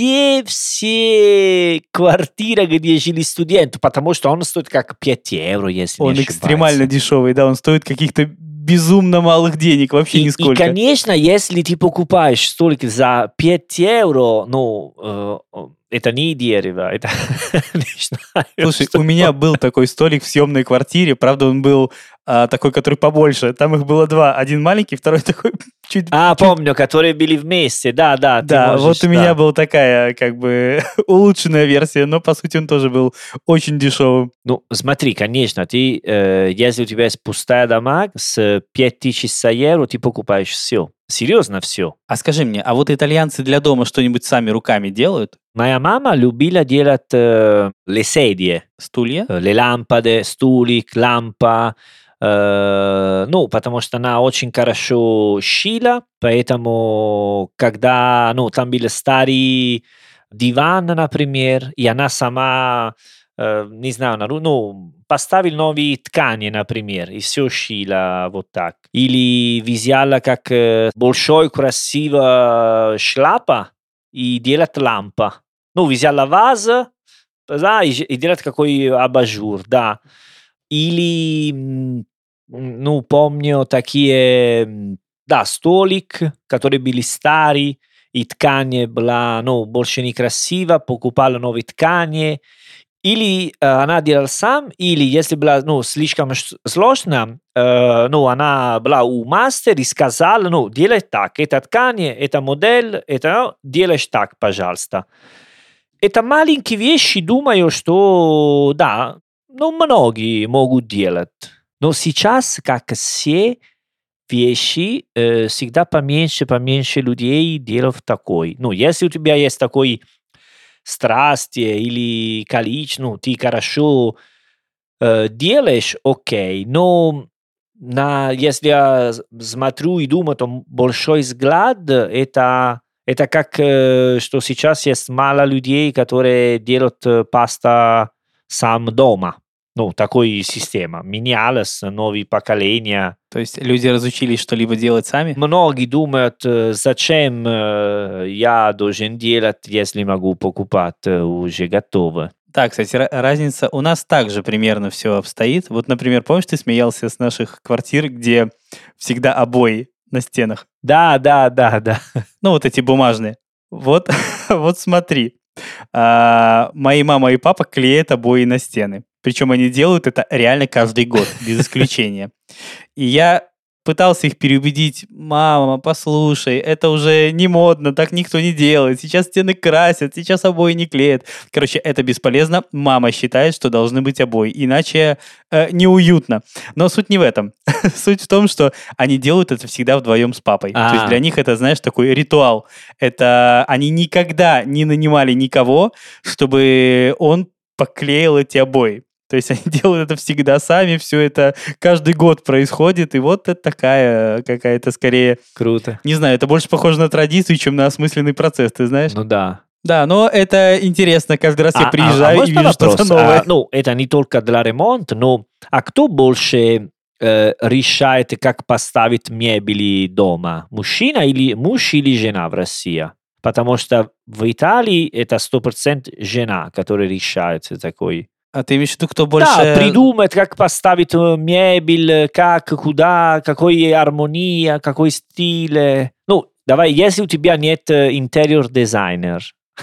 все-все квартиры, где жили студенты, потому что он стоит как пять евро, если он не ошибаюсь. экстремально дешевый, да, он стоит каких-то безумно малых денег, вообще и, нисколько. И, конечно, если ты покупаешь столик за пять евро, ну, э, это не дерево, это не знаю. Слушай, что. У меня был такой столик в съемной квартире, правда, он был а, такой, который побольше. Там их было два. Один маленький, второй такой чуть... А, чуть... помню, которые были вместе, да, да. Да, можешь, вот у да. меня была такая, как бы, улучшенная версия, но, по сути, он тоже был очень дешевым. Ну, смотри, конечно, ты, э, если у тебя есть пустая дома с пять тысяч евро, ты покупаешь все. Серьезно все. А скажи мне, а вот итальянцы для дома что-нибудь сами руками делают? Моя мама любила делать э, le sedie, Стулья? э, le лампады, стулик, лампа, э, ну, потому что она очень хорошо шила, поэтому, когда, ну, там был старый диван, например, и она сама, э, не знаю, ну, поставил новые ткани, например, и все шила вот так. Или взяла как э, большой красивый шляпа и делать лампа. Ну, взяла вазу, да, и, и делать какой абажур, да. Или, ну, помню, такие, да, столик, которые были старые, и ткань была, ну, больше некрасива, покупала новые ткани, или э, она делала сам, или если была ну, слишком сложно, э, ну, она была у мастера и сказала, ну, делай так, это ткань, это модель, это делаешь так, пожалуйста. Это маленькие вещи, думаю, что, да, ну, многие могут делать. Но сейчас, как все вещи, э, всегда поменьше, поменьше людей делают такой. Ну, если у тебя есть такой страсти или количество, ну, ты хорошо э, делаешь, окей, но на, если я смотрю и думаю, то большой взгляд, это, это как, э, что сейчас есть мало людей, которые делают э, паста сам дома. Ну, такой система. Менялась, новые поколения. То есть люди разучились что-либо делать сами? Многие думают, э, зачем э, я должен делать, если могу покупать э, уже готово. Да, кстати, ра- разница у нас также примерно все обстоит. Вот, например, помнишь, ты смеялся с наших квартир, где всегда обои на стенах? Да, да, да, да. Ну, вот эти бумажные. Вот, вот смотри. А, мои мама и папа клеят обои на стены. Причем они делают это реально каждый год, без исключения. И я пытался их переубедить: мама, послушай, это уже не модно, так никто не делает. Сейчас стены красят, сейчас обои не клеят. Короче, это бесполезно. Мама считает, что должны быть обои, иначе э, неуютно. Но суть не в этом. Суть в том, что они делают это всегда вдвоем с папой. То есть А. для них это, знаешь, такой ритуал. Это они никогда не нанимали никого, чтобы он поклеил эти обои. То есть они делают это всегда сами, все это каждый год происходит, и вот это такая какая-то скорее, Круто. не знаю, это больше похоже на традицию, чем на осмысленный процесс, ты знаешь? Ну да. Да, но это интересно, каждый раз я А- а- приезжаю а и можно вижу что-то вопрос? новое. А, ну, это не только для ремонта, но а кто больше э, решает, как поставить мебели дома? Мужчина или муж или жена в России? Потому что в Италии это сто процентов жена, которая решает такой. А ты имеешь в виду, кто больше... Да, придумать, как поставить э, мебель, как, куда, какой армония, какой стиль. Ну, давай, если у тебя нет э, интерьер-дизайнер,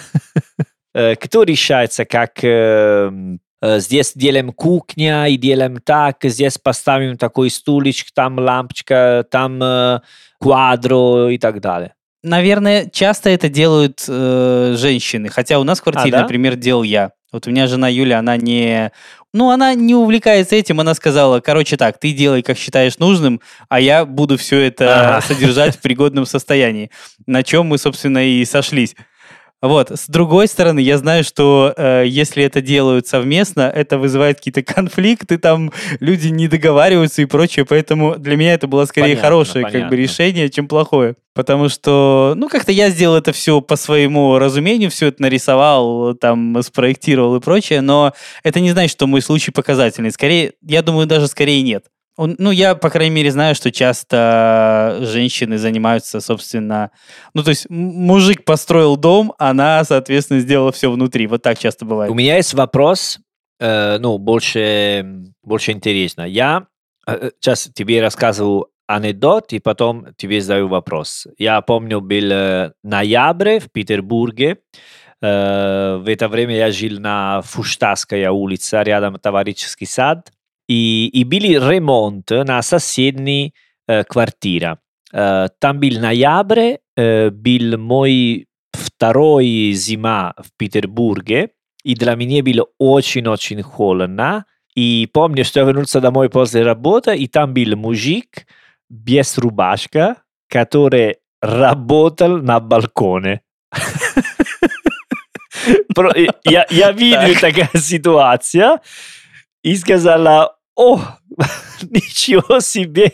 э, кто решается, как э, э, здесь делаем кухня и делаем так, здесь поставим такой стульчик, там лампочка, там э, квадро и так далее. Наверное, часто это делают э, женщины, хотя у нас в квартире, А, да? например, делал я. Вот у меня жена Юля, она не... Ну, она не увлекается этим, она сказала: короче так, ты делай, как считаешь нужным, а я буду все это Ага. содержать в пригодном состоянии. На чем мы, собственно, и сошлись. Вот. С другой стороны, я знаю, что э, если это делают совместно, это вызывает какие-то конфликты, там люди не договариваются и прочее, поэтому для меня это было скорее Понятно, хорошее как бы понятно. решение, чем плохое. Потому что, ну, как-то я сделал это все по своему разумению, все это нарисовал, там, спроектировал и прочее, но это не значит, что мой случай показательный. Скорее, я думаю, даже скорее нет. Он- Ну, я, по крайней мере, знаю, что часто женщины занимаются, собственно... Ну, то есть м- мужик построил дом, она, соответственно, сделала все внутри. Вот так часто бывает. У меня есть вопрос, э, ну, больше, больше интересно. Я э, сейчас тебе рассказываю анекдот, и потом тебе задаю вопрос. Я помню, был э, ноябрь в Петербурге. Э, в это время я жил на Фуштасская улица, рядом товарищеский сад. И, и был ремонт на соседней э, квартире. Э, там был ноябрь, э, был мой второй зима в Петербурге, и для меня было очень-очень холодно. И помню, что я вернулся домой после работы, и там был мужик без рубашка, который работал на балконе. Про- Я, я видел такая ситуация и сказала: о, ничего себе.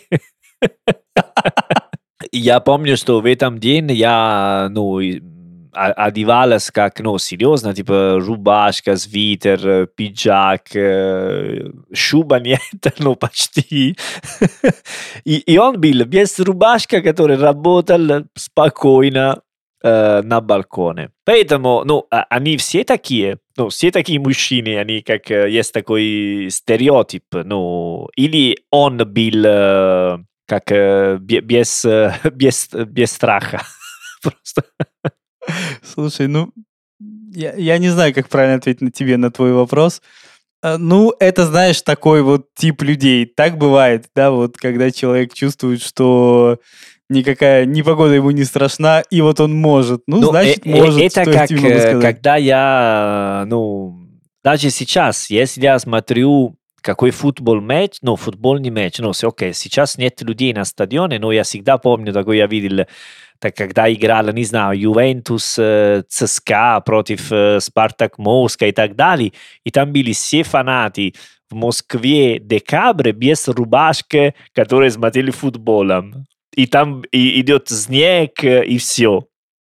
Я помню, что в этом день я, ну, и, м, а- одевалась как, ну, серьезно, типа рубашка, свитер, э, пиджак, э, шуба нет, ну, почти. И, и он был без рубашка, который работал спокойно э, на балконе. Поэтому, ну, а- они все такие, ну, все такие мужчины, они как, э, есть такой стереотип, ну, или он был э, как э, бе- без, э, без, без страха. Просто. Слушай, ну, Я, я не знаю, как правильно ответить на тебе на твой вопрос. А, Ну, это, знаешь, такой вот тип людей. Так бывает, да, вот когда человек чувствует, что никакая непогода ему не страшна, и вот он может. Ну, Ну, э- значит, э- может, это что я как, тебе могу э, сказать. когда я, ну, даже сейчас, если я смотрю какой футбол матч, ну, футбольный матч, ну, с- окей, сейчас нет людей на стадионе, но я всегда помню, такой я видел, так, когда играла, не знаю, Ювентус, э, ЦСКА против э, Спартак Москва и так далее, и там были все фанаты в Москве декабря без рубашки, которые смотрели футболом. И там и идет снег, э, и все.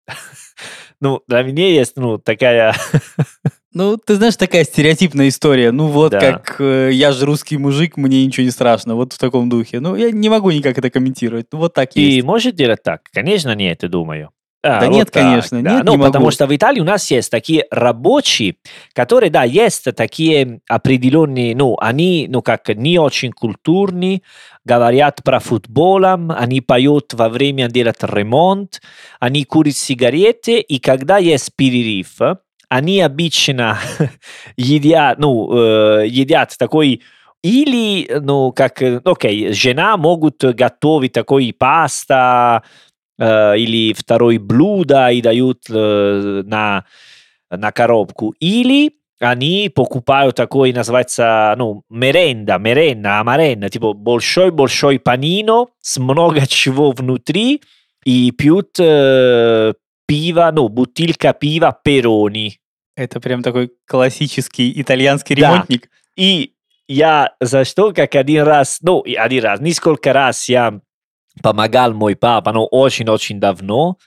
Ну, для меня есть, ну, такая... Ну, ты знаешь, такая стереотипная история. Ну, вот Да. как э, я же русский мужик, мне ничего не страшно. Вот в таком духе. Ну, я не могу никак это комментировать. Ну, вот так И есть. может делать так? Конечно, нет, я думаю. А, Да вот нет, так, конечно, да. нет, Ну, не потому могу. что в Италии у нас есть такие рабочие, которые, да, есть такие определенные, ну, они, ну, как не очень культурные, говорят про футбол, они поют во время делать ремонт, они курят сигареты, и когда есть перерыв, они обычно едят, ну, э, едят такой или, ну, как, э, окей, жена могут готовить такой паста, э, или второй блюдо и дают э, на, на коробку. Или они покупают такой, называется, ну, меренда, меренда, амаренда, типа большой-большой панино с много чего внутри, и пьют э, пиво, ну, бутылка пива Перони. Это прям такой классический итальянский Да. ремонтник. И я за что, как один раз, ну, и один раз, несколько раз я помогал мой папа, ну, очень-очень давно.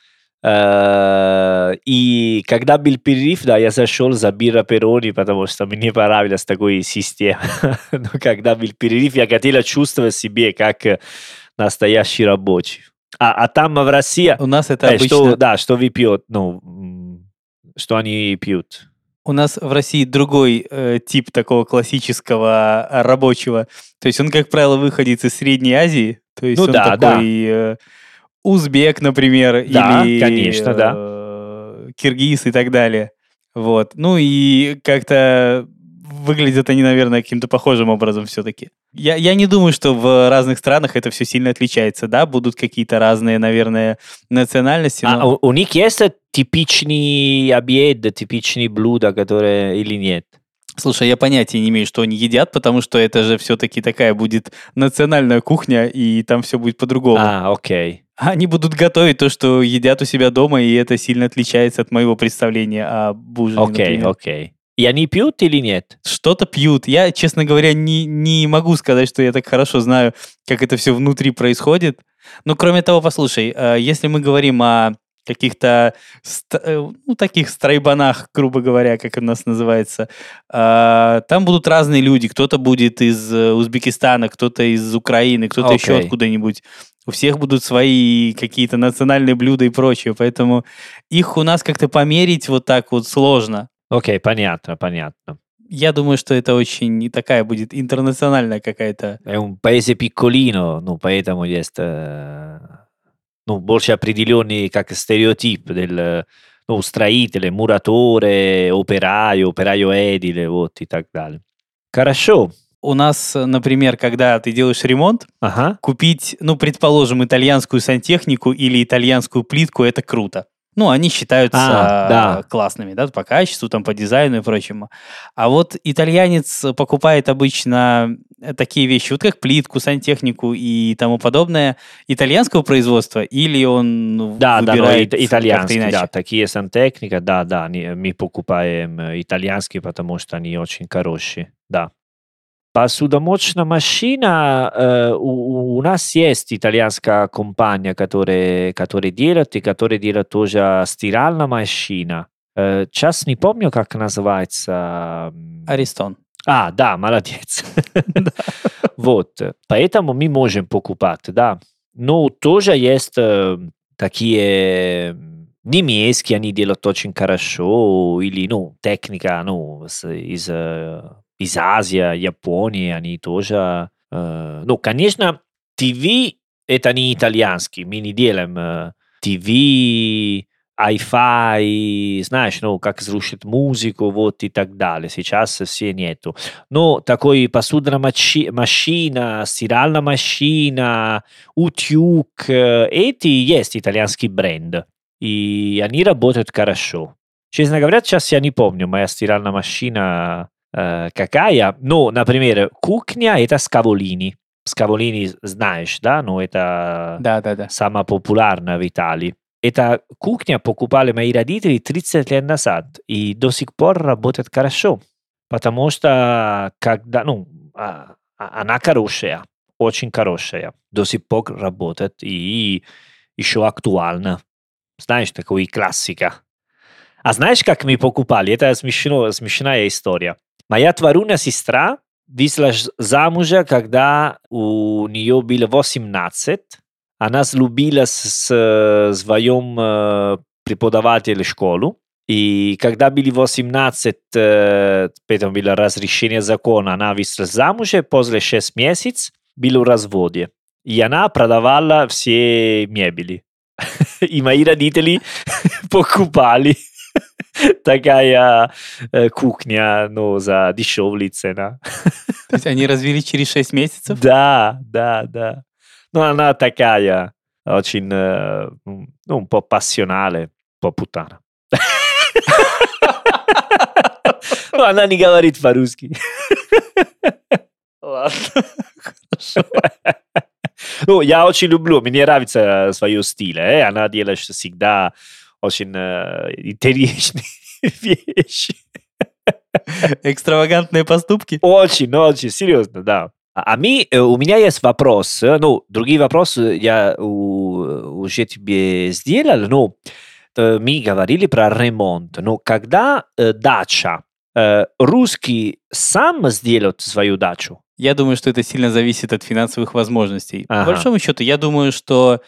Э, И когда был перерыв, да, я зашел за бира Перони, потому что мне понравилась такой система. Но когда был перерыв, я хотел чувствовать себя как э, настоящий рабочий. А, а там в России, У нас это э, обычно... что, да, что вы пьют, ну, м, что они пьют. У нас в России другой э, тип такого классического э, рабочего. То есть он, как правило, выходит из Средней Азии. То есть Ну он да, такой э, узбек, например, Да, или конечно, да. э, киргиз и так далее. Вот. Ну и как-то выглядят они, наверное, каким-то похожим образом все-таки. Я, я не думаю, что в разных странах это все сильно отличается. Да, будут какие-то разные, наверное, национальности. А но- у, у них есть типичный обед, типичные блюда, которые или нет? Слушай, я понятия не имею, что они едят, потому что это же все-таки такая будет национальная кухня, и там все будет по-другому. А, окей. Они будут готовить то, что едят у себя дома, и это сильно отличается от моего представления об ужине, Окей, например. окей. И они пьют или нет? Что-то пьют. Я, честно говоря, не, не могу сказать, что я так хорошо знаю, как это все внутри происходит. Но кроме того, послушай, э, если мы говорим о каких-то ст- э, ну, таких стройбанах, грубо говоря, как у нас называется, э, там будут разные люди. Кто-то будет из э, Узбекистана, кто-то из Украины, кто-то еще Окей. откуда-нибудь. У всех будут свои какие-то национальные блюда и прочее. Поэтому их у нас как-то померить вот так вот сложно. Окей, понятно, понятно. Я думаю, что это очень и такая будет интернациональная какая-то. È un paese piccolino, ну, поэтому есть э, ну, больше определенный как стереотип del, ну, строителя, мураторе, операио, операио эдиле, вот и так далее. Хорошо. У нас, например, когда ты делаешь ремонт, Ага. купить, ну, предположим, итальянскую сантехнику или итальянскую плитку, это круто. Ну, они считаются А, да. классными, да, по качеству, там, по дизайну и прочему. А вот итальянец покупает обычно такие вещи, вот как плитку, сантехнику и тому подобное, итальянского производства, или он ну, Да, да, но выбирает ит- как-то итальянский, иначе? да, такие сантехника, да, да, они- мы покупаем э, итальянские, потому что они очень хорошие, да. Посудомоечная машина, э, у, у нас есть итальянская компания, которая, которая делает, и которая делает тоже стиральная машина. Э, сейчас не помню, как называется. м, Аристон. А, да, молодец. Вот, поэтому мы можем покупать, да. Но тоже есть э, такие м, немецкие, они делают очень хорошо, или, ну, техника, ну, с- из, э, из Азии, Японии, они тоже... э, ну, конечно, ТВ это не итальянский, мы не делаем э, ТВ Hi-Fi, знаешь, ну, как слушать музыку, вот и так далее. Сейчас все нету. Но такой посудная маши- машина, стиральная машина, утюг, э, эти есть итальянский бренд. И они работают хорошо. Честно говоря, сейчас я не помню, моя стиральная машина э, какая. Ну, например, кухня — это Scavolini. Scavolini знаешь, да? Ну, это Да, да, да. самая популярная в Италии. Эта кухня покупали мои родители тридцать лет назад, и до сих пор работает хорошо. Потому что, когда, ну, а, а- она хорошая, очень хорошая, до сих пор работает и еще актуальна. Знаешь, такой классика. А знаешь, как мы покупали? Это смешно, смешная история. Моя двоюродная сестра вышла ж- замуж, когда у нее было восемнадцать. Она влюбилась с своим э, преподавателем школы. И когда были восемнадцать, э, потом было разрешение закона, она вышла замуж, после шесть месяцев было в разводе. И она продавала все мебели. И мои родители покупали такая э, кухня, ну, за дешевле цена. То есть они развелись через шесть месяцев? Да, да, да. Ну, она такая, очень, э, м, ну, un po' passionale, по путана. Ну, она не говорит по-русски. Ладно, хорошо. Ну, я очень люблю, мне нравится свое стиль. э, Она делает всегда очень э, интересные вещи. Экстравагантные поступки? Очень, очень, серьезно, да. А а ми, э, у меня есть вопрос. э, Ну, другие вопросы я у- уже тебе сделал. Ну, э, мы говорили про ремонт. Но когда э, дача, э, русский сам сделает свою дачу? Я думаю, что это сильно зависит от финансовых возможностей. Ага. По большому счету, я думаю, что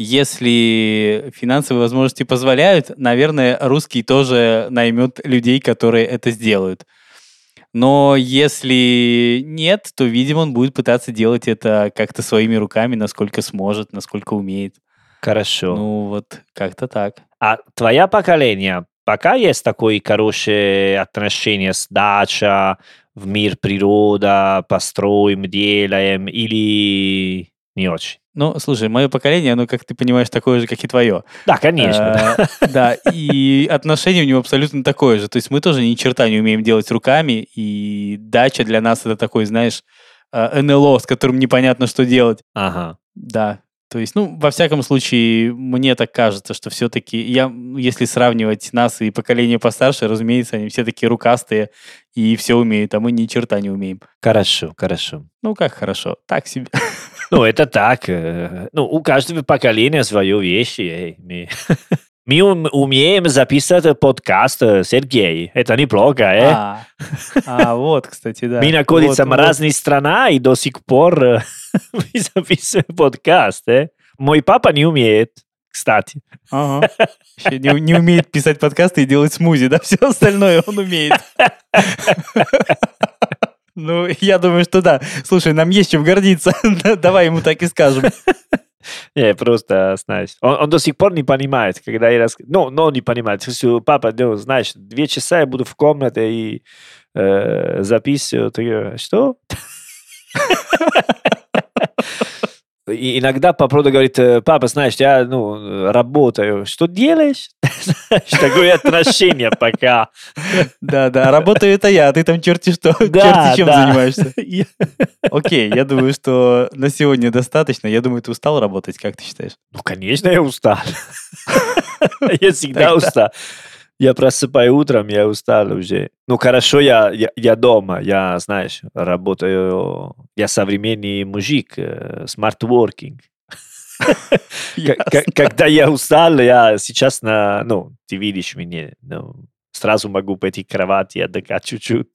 если финансовые возможности позволяют, наверное, русский тоже наймет людей, которые это сделают. Но если нет, то, видимо, он будет пытаться делать это как-то своими руками, насколько сможет, насколько умеет. Хорошо. Ну, вот как-то так. А твое поколение, пока есть такое хорошее отношение с дача, в мир природа, построим, делаем, или не очень? Ну, слушай, мое поколение, оно, как ты понимаешь, такое же, как и твое. Да, конечно. да. Э, Да, и отношение у него абсолютно такое же. То есть мы тоже ни черта не умеем делать руками, и дача для нас это такой, знаешь, э, эн эл о, с которым непонятно, что делать. Ага. Да, то есть, ну, во всяком случае, мне так кажется, что все-таки, я, м, если сравнивать нас и поколение постарше, разумеется, они все такие рукастые и все умеют, а мы ни черта не умеем. Хорошо, хорошо. Ну, как хорошо, так себе. Ну, это так. э, Ну, у каждого поколения свои вещи. эй, Мы, мы ум- умеем записывать подкаст, э, Сергей. Это неплохо, э? А, а, вот, кстати, да. Мы находимся Вот, в вот. разных странах, и до сих пор э, мы записываем подкаст, э? Мой папа не умеет, кстати. Ага. Еще не, не умеет писать подкасты и делать смузи, да? Все остальное он умеет. Ну, я думаю, что да. Слушай, нам есть чем гордиться. Давай ему так и скажем. Не, просто, знаешь, он, он до сих пор не понимает, когда я рас... Ну, но не понимает. Что, папа, ну, знаешь, две часа я буду в комнате и э, записываю. Ты говоришь, что? И иногда папа говорит, э, папа, знаешь, я ну, работаю. Что делаешь? Знаешь, такое отношение пока. Да, да, работаю это я, а ты там черти что, Да, черти чем да. занимаешься. Окей, я думаю, что на сегодня достаточно. Я думаю, ты устал работать, как ты считаешь? Ну, конечно, я устал. Я всегда Тогда- устал. Я просыпаю утром, я устал уже. Ну, хорошо, я, я, я дома, я, знаешь, работаю, я современный мужик, э, smart working. К- Ясно. к- Когда я устал, я сейчас на, ну, ты видишь меня, ну, сразу могу пойти к кровати и отдыхать чуть-чуть.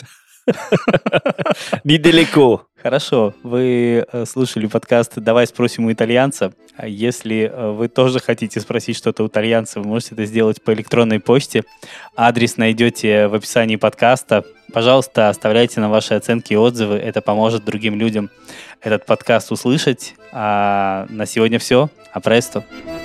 Недалеко. Хорошо, вы э, слушали подкаст «Давай спросим у итальянца». А если э, вы тоже хотите спросить что-то у итальянца, вы можете это сделать по электронной почте. Адрес найдете в описании подкаста. Пожалуйста, оставляйте нам ваши оценки и отзывы. Это поможет другим людям этот подкаст услышать. А на сегодня все. А престо.